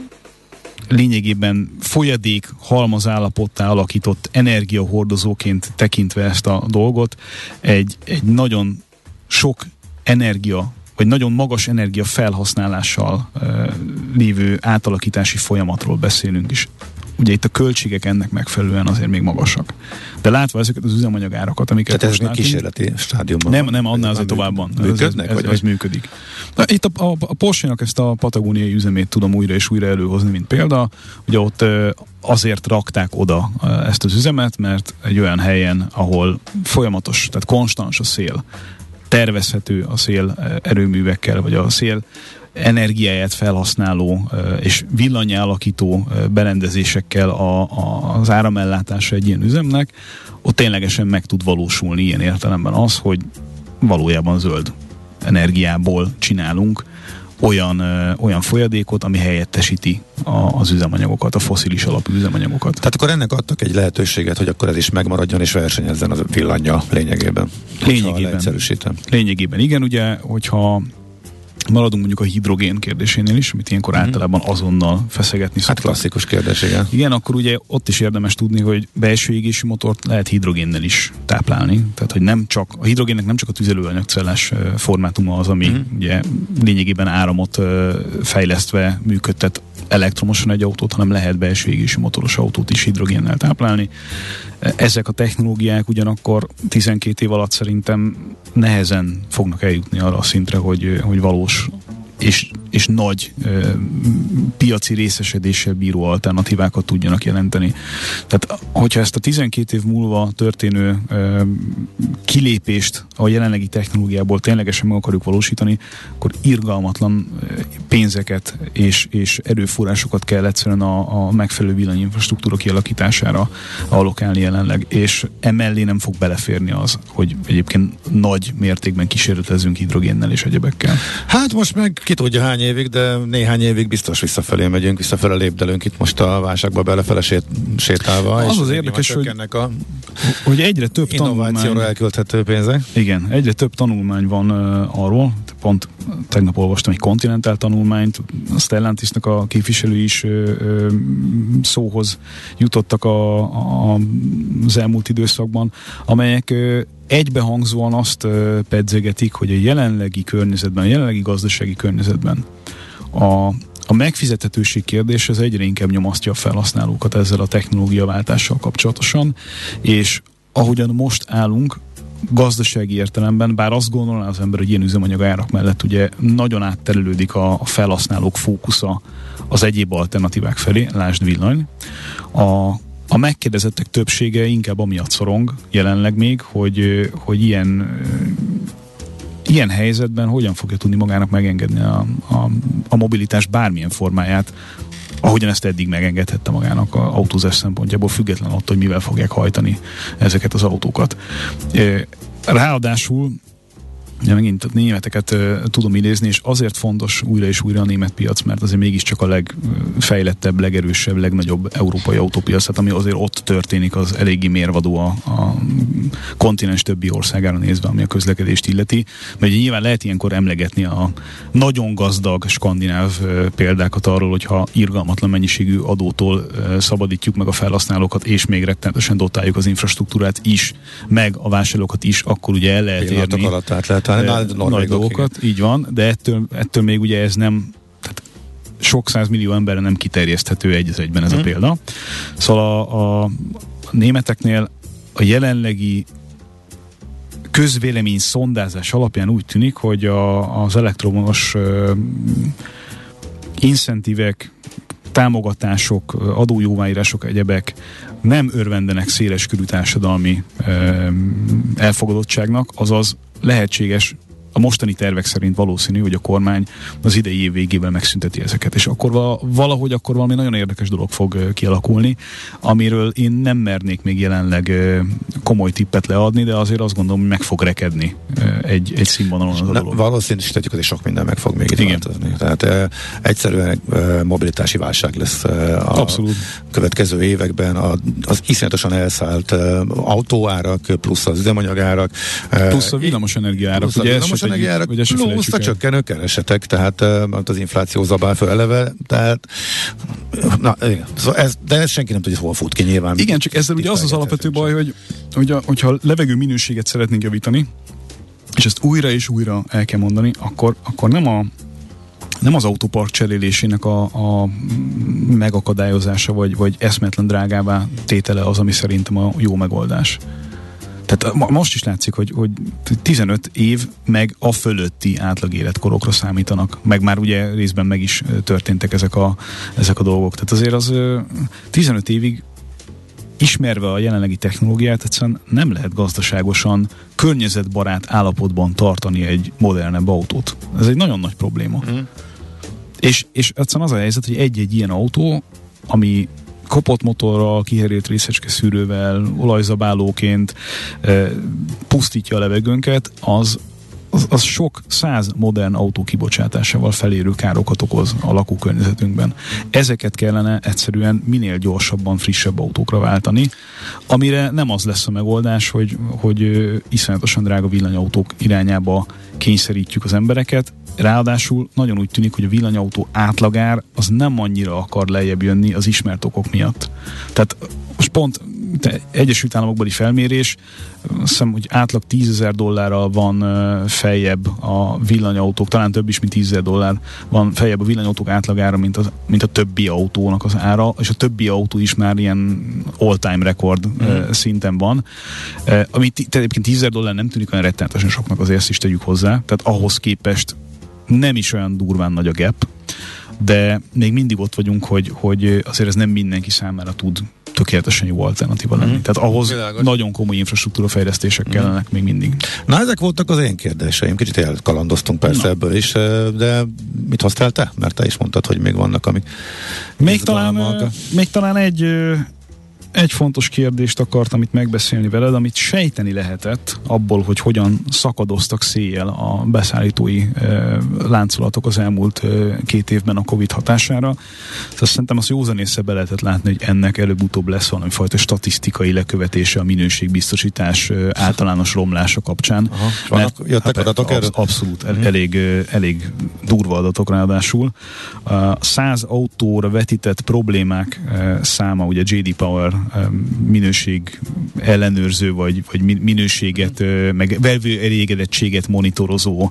Speaker 4: lényegében folyadék halmazállapottá alakított energiahordozóként tekintve ezt a dolgot, egy, egy nagyon sok energia, vagy nagyon magas energia felhasználással e, lévő átalakítási folyamatról beszélünk is. Ugye itt a költségek ennek megfelelően azért még magasak. De látva ezeket az üzemanyagárakat, amiket
Speaker 3: tehát ez még kísérleti stádiumban.
Speaker 4: Nem, nem, annál azért tovább van.
Speaker 3: Működnek?
Speaker 4: Ez, ez, ez, ez működik. Na, itt a, a, a Porsche-nak ezt a patagóniai üzemét tudom újra és újra előhozni, mint példa. Ugye ott azért rakták oda ezt az üzemet, mert egy olyan helyen, ahol folyamatos, tehát konstans a szél, tervezhető a szél erőművekkel, vagy a szél energiáját felhasználó és villanyá alakító berendezésekkel a, a, az áramellátása egy ilyen üzemnek, ott ténylegesen meg tud valósulni ilyen értelemben az, hogy valójában zöld energiából csinálunk olyan, ö, olyan folyadékot, ami helyettesíti a, az üzemanyagokat, a fosszilis alapú üzemanyagokat.
Speaker 3: Tehát akkor ennek adtak egy lehetőséget, hogy akkor ez is megmaradjon és versenyezzen az villanya lényegében.
Speaker 4: Lényegében. Lényegében igen, ugye, hogyha maradunk mondjuk a hidrogén kérdésénél is, amit ilyenkor mm. általában azonnal feszegetni szoktak.
Speaker 3: Hát klasszikus kérdés, igen.
Speaker 4: Igen, akkor ugye ott is érdemes tudni, hogy belső égési motort lehet hidrogénnel is táplálni. Tehát, hogy nem csak, a hidrogénnek nem csak a tüzelőanyagcellás formátuma az, ami mm. ugye lényegében áramot fejlesztve működtet elektromosan egy autót, hanem lehet belső égési motoros autót is hidrogénnel táplálni. Ezek a technológiák ugyanakkor tizenkét év alatt szerintem nehezen fognak eljutni arra a szintre, hogy, hogy valós és, és nagy ö, piaci részesedéssel bíró alternatívákat tudjanak jelenteni. Tehát, hogyha ezt a tizenkét év múlva történő ö, kilépést a jelenlegi technológiából ténylegesen meg akarjuk valósítani, akkor irgalmatlan pénzeket és, és erőforrásokat kell egyszerűen a, a megfelelő villanyinfrastruktúra kialakítására allokálni jelenleg, és emellé nem fog beleférni az, hogy egyébként nagy mértékben kísérletezzünk hidrogénnel és egyebekkel.
Speaker 3: Hát most meg ki tudja hány évig, de néhány évig biztos visszafelé megyünk, visszafele lépdelünk itt most a válságba belefele sét, sétálva.
Speaker 4: Az az érdekes, hogy,
Speaker 3: a
Speaker 4: hogy egyre több tanulmány...
Speaker 3: elkölthető pénzek.
Speaker 4: Igen, egyre több tanulmány van uh, arról, pont tegnap olvastam egy Continental tanulmányt, a Stellantisnak a képviselői is uh, uh, szóhoz jutottak a, a, az elmúlt időszakban, amelyek uh, egybehangzóan azt uh, pedzegetik, hogy a jelenlegi környezetben, a jelenlegi gazdasági környezetben a, a megfizethetőség kérdés az egyre inkább nyomasztja a felhasználókat ezzel a technológiaváltással kapcsolatosan, és ahogyan most állunk, gazdasági értelemben, bár azt gondolná az ember, hogy ilyen üzemanyag árak mellett ugye nagyon átterelődik a, a felhasználók fókusza az egyéb alternatívák felé, lásd villany. A A megkérdezettek többsége inkább amiatt szorong jelenleg még, hogy, hogy ilyen, ilyen helyzetben hogyan fogja tudni magának megengedni a, a, a mobilitás bármilyen formáját, ahogyan ezt eddig megengedhette magának az autózás szempontjából, független attól, hogy mivel fogják hajtani ezeket az autókat. Ráadásul ja, megint a németeket uh, tudom idézni, és azért fontos újra és újra a német piac, mert azért mégiscsak a legfejlettebb, legerősebb, legnagyobb európai autópiac, tehát ami azért ott történik, az eléggé mérvadó a, a kontinens többi országára nézve, ami a közlekedést illeti. Mert nyilván lehet ilyenkor emlegetni a nagyon gazdag skandináv uh, példákat arról, hogyha irgalmatlan mennyiségű adótól uh, szabadítjuk meg a felhasználókat, és még rettenetesen dotáljuk az infrastruktúrát is, meg a vásárlókat is, akkor ugye el lehet érni
Speaker 3: alatt át lehet
Speaker 4: Nagy, nagy dolgokat, igen. Így van, de ettől, ettől még ugye ez nem, tehát sok százmillió emberre nem kiterjeszthető egy az egyben ez mm. a példa. Szóval a, a németeknél a jelenlegi közvélemény szondázás alapján úgy tűnik, hogy a, az elektromos uh, incentívek, támogatások, adójóváírások, egyebek nem örvendenek széleskörű társadalmi uh, elfogadottságnak, azaz lehetséges, a mostani tervek szerint valószínű, hogy a kormány az idei év végével megszünteti ezeket. És akkor valahogy akkor valami nagyon érdekes dolog fog kialakulni, amiről én nem mernék még jelenleg komoly tippet leadni, de azért azt gondolom, hogy meg fog rekedni egy, egy színvonalon az a dolog.
Speaker 3: Valószínűsítetjük, hogy sok minden meg fog még itt változni. Tehát e, egyszerűen e, mobilitási válság lesz e, a Abszolút. következő években. A, az iszonyatosan elszállt e, autóárak, plusz az üzemanyagárak. E,
Speaker 4: plusz a villamosenergia árak. Ugye
Speaker 3: Energiára, plusz a csökkenő keresetek, tehát uh, az infláció zabál föl eleve, tehát na, igen. Szóval ez, de ez senki nem tudja, hogy hol fut ki nyilván.
Speaker 4: Igen, csak ezzel ugye az az alapvető baj, hogy, hogy a, hogyha levegő minőséget szeretnénk javítani, és ezt újra és újra el kell mondani, akkor, akkor nem a nem az autópark cserélésének a, a megakadályozása, vagy, vagy eszmetlen drágává tétele az, ami szerintem a jó megoldás. Tehát most is látszik, hogy, hogy tizenöt év meg a fölötti átlag életkorokra számítanak, meg már ugye részben meg is történtek ezek a, ezek a dolgok. Tehát azért az tizenöt évig ismerve a jelenlegi technológiát egyszerűen nem lehet gazdaságosan, környezetbarát állapotban tartani egy modernebb autót. Ez egy nagyon nagy probléma. Mm. És, és egyszerűen az a helyzet, hogy egy-egy ilyen autó, ami kopott motorral, kiherélt részecske szűrővel, olajzabálóként e, pusztítja a levegőnket, az, az, az sok száz modern autó kibocsátásával felérő károkat okoz a lakókörnyezetünkben. Ezeket kellene egyszerűen minél gyorsabban frissebb autókra váltani, amire nem az lesz a megoldás, hogy, hogy iszonyatosan drága villanyautók irányába kényszerítjük az embereket. Ráadásul nagyon úgy tűnik, hogy a villanyautó átlagár az nem annyira akar lejjebb jönni az ismert okok miatt. Tehát most pont Egyesült Államokbeli felmérés, azt hiszem, hogy átlag tízezer dollárral van feljebb a villanyautók, talán több is, mint tízezer dollár van feljebb a villanyautók átlagára, mint, az, mint a többi autónak az ára, és a többi autó is már ilyen all-time rekord mm. szinten van. Ami egyébként tízezer dollár nem tűnik olyan rettenetesen soknak, azért ezt is tegyük hozzá, tehát ahhoz képest nem is olyan durván nagy a gap, de még mindig ott vagyunk, hogy, hogy azért ez nem mindenki számára tud tökéletesen jó alternatíva lenni. Mm. Tehát ahhoz Világos. nagyon komoly infrastruktúra fejlesztések mm. kellenek még mindig.
Speaker 3: Na, ezek voltak az én kérdéseim. Kicsit elkalandoztunk persze Na. ebből is, de mit hoztál te? Mert te is mondtad, hogy még vannak, amik
Speaker 4: még talán, még talán egy Egy fontos kérdést akartam itt megbeszélni veled, amit sejteni lehetett abból, hogy hogyan szakadoztak széjjel a beszállítói e, láncolatok az elmúlt e, két évben a Covid hatására. Szóval szerintem azt józanészre be lehetett látni, hogy ennek előbb-utóbb lesz valamifajta statisztikai lekövetése a minőségbiztosítás e, általános romlása kapcsán.
Speaker 3: Aha, vannak, jöttek hát, adatok erről?
Speaker 4: Abszolút, el, elég, elég durva adatok ráadásul. A száz autóra vetített problémák e, száma, ugye J D Power minőség ellenőrző, vagy, vagy minőséget, meg vevő elégedettséget monitorozó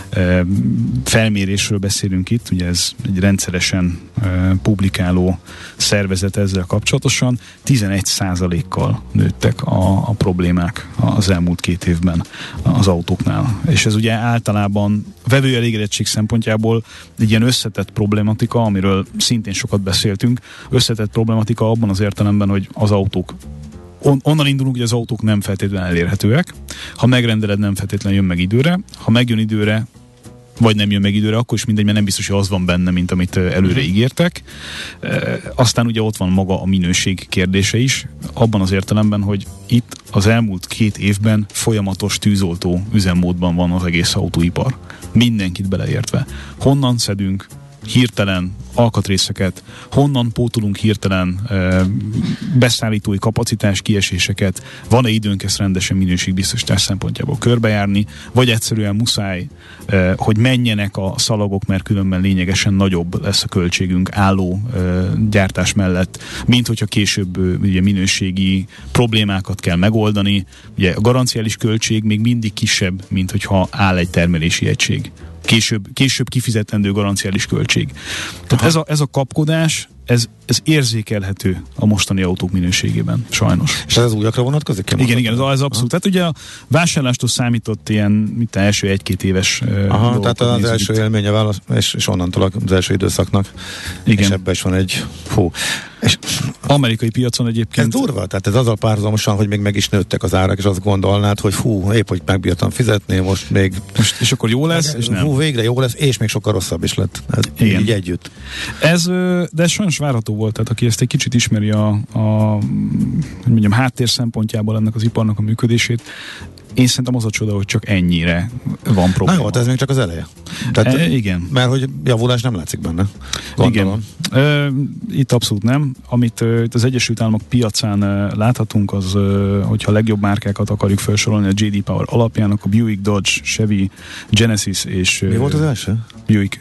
Speaker 4: felmérésről beszélünk itt, ugye ez egy rendszeresen publikáló szervezet ezzel kapcsolatosan, tizenegy százalékkal nőttek a, a problémák az elmúlt két évben az autóknál. És ez ugye általában vevő elégedettség szempontjából egy ilyen összetett problematika, amiről szintén sokat beszéltünk, összetett problematika abban az értelemben, hogy az autók On, onnan indulunk, hogy az autók nem feltétlenül elérhetőek. Ha megrendeled, nem feltétlenül jön meg időre. Ha megjön időre, vagy nem jön meg időre, akkor is mindegy, mert nem biztos, hogy az van benne, mint amit előre ígértek. E, aztán ugye ott van maga a minőség kérdése is, abban az értelemben, hogy itt az elmúlt két évben folyamatos tűzoltó üzemmódban van az egész autóipar. Mindenkit beleértve. Honnan szedünk hirtelen alkatrészeket, honnan pótolunk hirtelen e, beszállítói kapacitás kieséseket, van-e időnk ezt rendesen minőségbiztosítás szempontjából körbejárni, vagy egyszerűen muszáj, e, hogy menjenek a szalagok, mert különben lényegesen nagyobb lesz a költségünk álló e, gyártás mellett, mint hogyha később ugye, minőségi problémákat kell megoldani. Ugye a garanciális költség még mindig kisebb, mint hogyha áll egy termelési egység. Később, később kifizetendő garanciális költség. Tehát ez a, ez a kapkodás, ez, ez érzékelhető a mostani autók minőségében, sajnos.
Speaker 3: És ez az újakra vonatkozik?
Speaker 4: Igen, igen, ez, ez abszolút. Tehát ugye a vásárlástól számított ilyen, mint első egy-két éves
Speaker 3: Aha, tehát az nézzük. első élménye válasz, és, és onnantól az első időszaknak. Igen. És ebben is van egy fú. És
Speaker 4: amerikai piacon egyébként...
Speaker 3: Ez durva, tehát ez azzal párhuzamosan, hogy még meg is nőttek az árak, és azt gondolnád, hogy fú, épp hogy megbírtam fizetni, most még...
Speaker 4: Most, és akkor jó lesz, és nem.
Speaker 3: Hú, végre jó lesz, és még sokkal rosszabb is lett. Ez
Speaker 4: igen.
Speaker 3: Így együtt.
Speaker 4: Ez, de ez sajnos várható volt, tehát aki ezt egy kicsit ismeri a, a hogy mondjam, háttér szempontjából ennek az iparnak a működését, én szerintem az a csoda, hogy csak ennyire van probléma.
Speaker 3: Na jó, ez még csak az eleje. Tehát,
Speaker 4: e, igen.
Speaker 3: Mert hogy javulás nem látszik benne. Gondolom.
Speaker 4: Igen. E, itt abszolút nem. Amit e, itt az Egyesült Államok piacán e, láthatunk, az, e, hogyha a legjobb márkákat akarjuk felsorolni a jé dé Power alapjának, a Buick, Dodge, Chevy, Genesis és...
Speaker 3: Mi e, volt az első?
Speaker 4: Buick.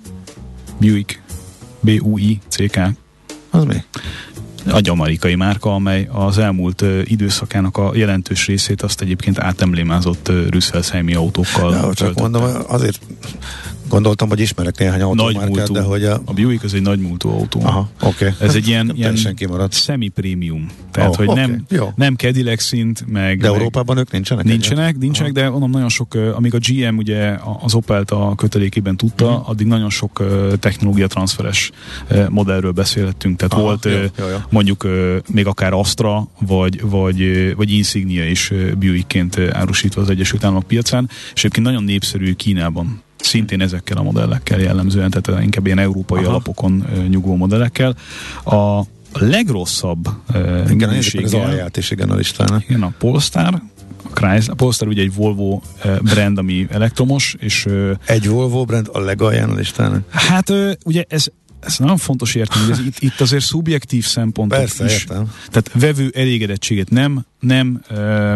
Speaker 4: Buick. B U I C K.
Speaker 3: Az mi?
Speaker 4: Egy amerikai márka, amely az elmúlt uh, időszakának a jelentős részét azt egyébként átemblémázott uh, Rüsselsheimi autókkal.
Speaker 3: Ja, csak mondom, azért gondoltam, hogy ismerek néhány autómárkát, de hogy a...
Speaker 4: A Buick az egy nagymúltú autó.
Speaker 3: Aha, oké. Okay.
Speaker 4: Ez egy ilyen, ilyen semi-prémium. Tehát, oh, hogy okay. nem, nem Cadillac szint, meg...
Speaker 3: De
Speaker 4: meg
Speaker 3: Európában ők nincsenek?
Speaker 4: Nincsenek, egyet? nincsenek, Aha. de onnan nagyon sok, amíg a gé em ugye az Opelt a kötelékében tudta, uh-huh. addig nagyon sok technológia transferes modellről beszélhettünk. Tehát Aha, volt jó, jó, jó. mondjuk még akár Astra, vagy, vagy, vagy Insignia is Buickként árusítva az Egyesült Államok piacán, és egyébként nagyon népszerű Kínában. Szintén ezekkel a modellekkel jellemzően, tehát inkább ilyen európai Aha. alapokon uh, nyugvó modellekkel. A legrosszabb uh,
Speaker 3: igen, minőséggel... az alját is igen a listának.
Speaker 4: Igen, a Polestar, a Chrysler, a Polestar ugye egy Volvo uh, brand, ami elektromos, és... Uh,
Speaker 3: egy Volvo brand a legalján a listának?
Speaker 4: Hát uh, ugye ez Ez nagyon fontos érteni, hogy ez itt, itt azért szubjektív szempontok
Speaker 3: Persze,
Speaker 4: is.
Speaker 3: Értem.
Speaker 4: Tehát vevő elégedettséget nem, nem uh,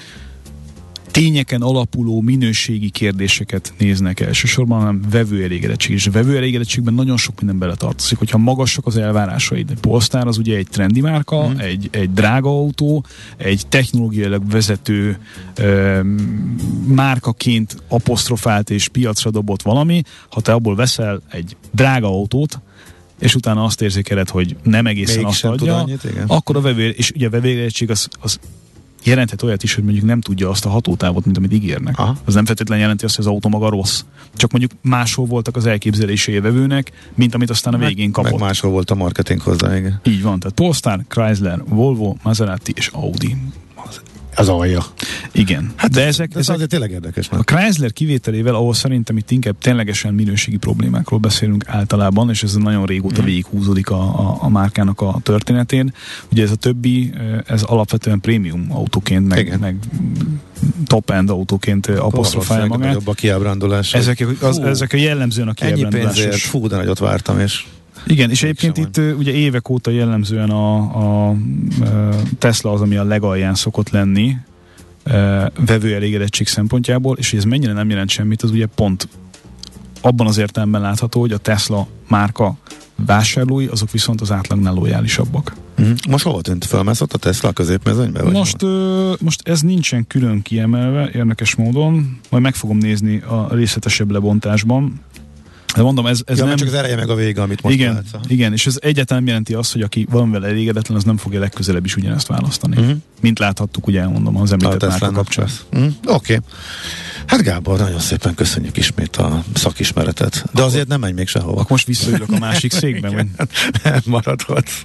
Speaker 4: tényeken alapuló minőségi kérdéseket néznek elsősorban, hanem vevő elégedettség. És a vevő elégedettségben nagyon sok minden beletartozik. Hogyha magasak az elvárásaid, egy Polestar az ugye egy trendi márka, mm. egy, egy drága autó, egy technológiailag vezető ö, márkaként apostrofált és piacra dobott valami, ha te abból veszel egy drága autót, és utána azt érzékeled, hogy nem egészen
Speaker 3: Még
Speaker 4: azt adja, annyit, akkor a vevő, és ugye a vevő elégedetttség az, az jelenthet olyat is, hogy mondjuk nem tudja azt a hatótávot, mint amit ígérnek. Aha. Az nem feltétlenül jelenti azt, hogy az autó maga rossz. Csak mondjuk máshol voltak az elképzelései a vevőnek, mint amit aztán a végén kapott.
Speaker 3: Meg máshol volt a marketing hozzá, igen.
Speaker 4: Így van, tehát Polestar, Chrysler, Volvo, Maserati és Audi.
Speaker 3: Az alja.
Speaker 4: Igen.
Speaker 3: Hát
Speaker 4: de
Speaker 3: ez,
Speaker 4: ezek,
Speaker 3: ez
Speaker 4: ezek
Speaker 3: azért tényleg érdekes. Nem?
Speaker 4: A Chrysler kivételével, ahol szerintem itt inkább ténylegesen minőségi problémákról beszélünk általában, és ez nagyon régóta végighúzódik a, a, a márkának a történetén. Ugye ez a többi, ez alapvetően prémium autóként, meg, meg top-end autóként apostrofálja magát.
Speaker 3: Jobb a kiábrándulás.
Speaker 4: Ezek, az, ezek a jellemzően a kiábrándulásos.
Speaker 3: Ennyi pénzért, fú, de nagyot vártam, és
Speaker 4: igen, és egyébként itt van. Ugye évek óta jellemzően a, a, a Tesla az, ami a legalján szokott lenni vevő elégedettség szempontjából, és hogy ez mennyire nem jelent semmit, az ugye pont abban az értelemben látható, hogy a Tesla márka vásárlói, azok viszont az átlagnál lojálisabbak.
Speaker 3: Mm. Most hova tűnt? Felmászott a Tesla a középmezőnybe?
Speaker 4: Most, ö, most ez nincsen külön kiemelve, érdekes módon, majd meg fogom nézni a részletesebb lebontásban. De mondom, ez, ez
Speaker 3: ja,
Speaker 4: nem...
Speaker 3: csak az eleje meg a vége, amit most
Speaker 4: igen,
Speaker 3: látsz.
Speaker 4: Igen, és ez egyáltalán jelenti azt, hogy aki valamivel elégedetlen, az nem fogja legközelebb is ugyanezt választani. Uh-huh. Mint láthattuk, ugye elmondom, az említett márka kapcsán.
Speaker 3: Uh-huh. Oké. Okay. Hát Gábor, nagyon szépen köszönjük ismét a szakismeretet. De akkor, azért nem menj még sehova.
Speaker 4: Akkor most visszaülök a másik székben, vagy?
Speaker 3: Nem maradhatsz.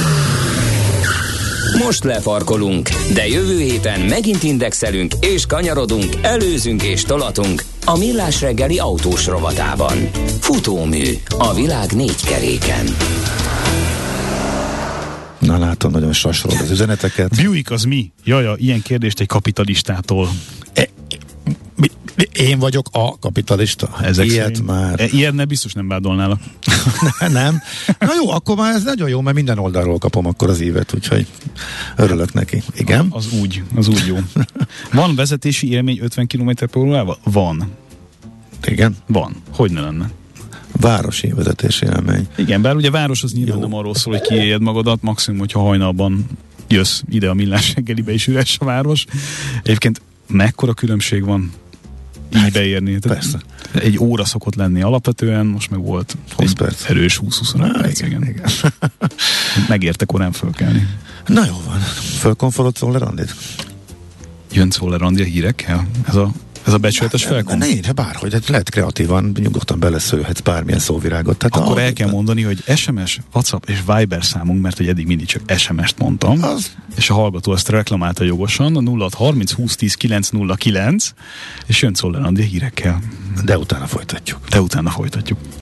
Speaker 1: Most lefarkolunk, de jövő héten megint indexelünk és kanyarodunk, előzünk és tolatunk a Millás reggeli autós rovatában. Futómű a világ négy keréken.
Speaker 3: Na látom, nagyon sasról az üzeneteket.
Speaker 4: Buick az mi? Jaja, ilyen kérdést egy kapitalistától.
Speaker 3: E, mi, én vagyok a kapitalista.
Speaker 4: Ezek
Speaker 3: Ilyet
Speaker 4: szerint.
Speaker 3: már.
Speaker 4: E, ilyet ne biztos nem vádolnálak.
Speaker 3: Nem. Na jó, akkor már ez nagyon jó, mert minden oldalról kapom akkor az évet, úgyhogy örülök neki. Igen?
Speaker 4: Az úgy, az úgy jó. Van vezetési élmény ötven kilométer per órával? Van.
Speaker 3: Igen?
Speaker 4: Van. Hogy ne lenne?
Speaker 3: Városi vezetési élmény.
Speaker 4: Igen, bár ugye város az nyilván jó. Nem arról szól, hogy kiéljed magadat, maximum, hogyha hajnalban jössz ide a Millás reggelibe és üres a város. Egyébként mekkora különbség van így beérni.
Speaker 3: Persze.
Speaker 4: Egy óra szokott lenni alapvetően, most meg volt
Speaker 3: húsz perc.
Speaker 4: Erős húsz-huszonöt perc, igen. igen. Megérte korán fölkelni.
Speaker 3: Na jó van. Fölkonforod Czoller Andit?
Speaker 4: Jön Czoller Andi a hírekkel? Ez a, ez a becsületes felkon?
Speaker 3: Ne, ne, bárhogy, hát lehet kreatívan, nyugodtan beleszőhetsz bármilyen szóvirágot. Tehát
Speaker 4: akkor
Speaker 3: a,
Speaker 4: el kell mondani, hogy es em es, WhatsApp és Viber számunk, mert hogy eddig mindig csak es em est mondtam, az... és a hallgató ezt reklamálta jogosan, a nulla hat harminc húsz tíz kilenc nulla kilenc, és jön Czoller Andi a hírekkel.
Speaker 3: De utána folytatjuk.
Speaker 4: De utána folytatjuk.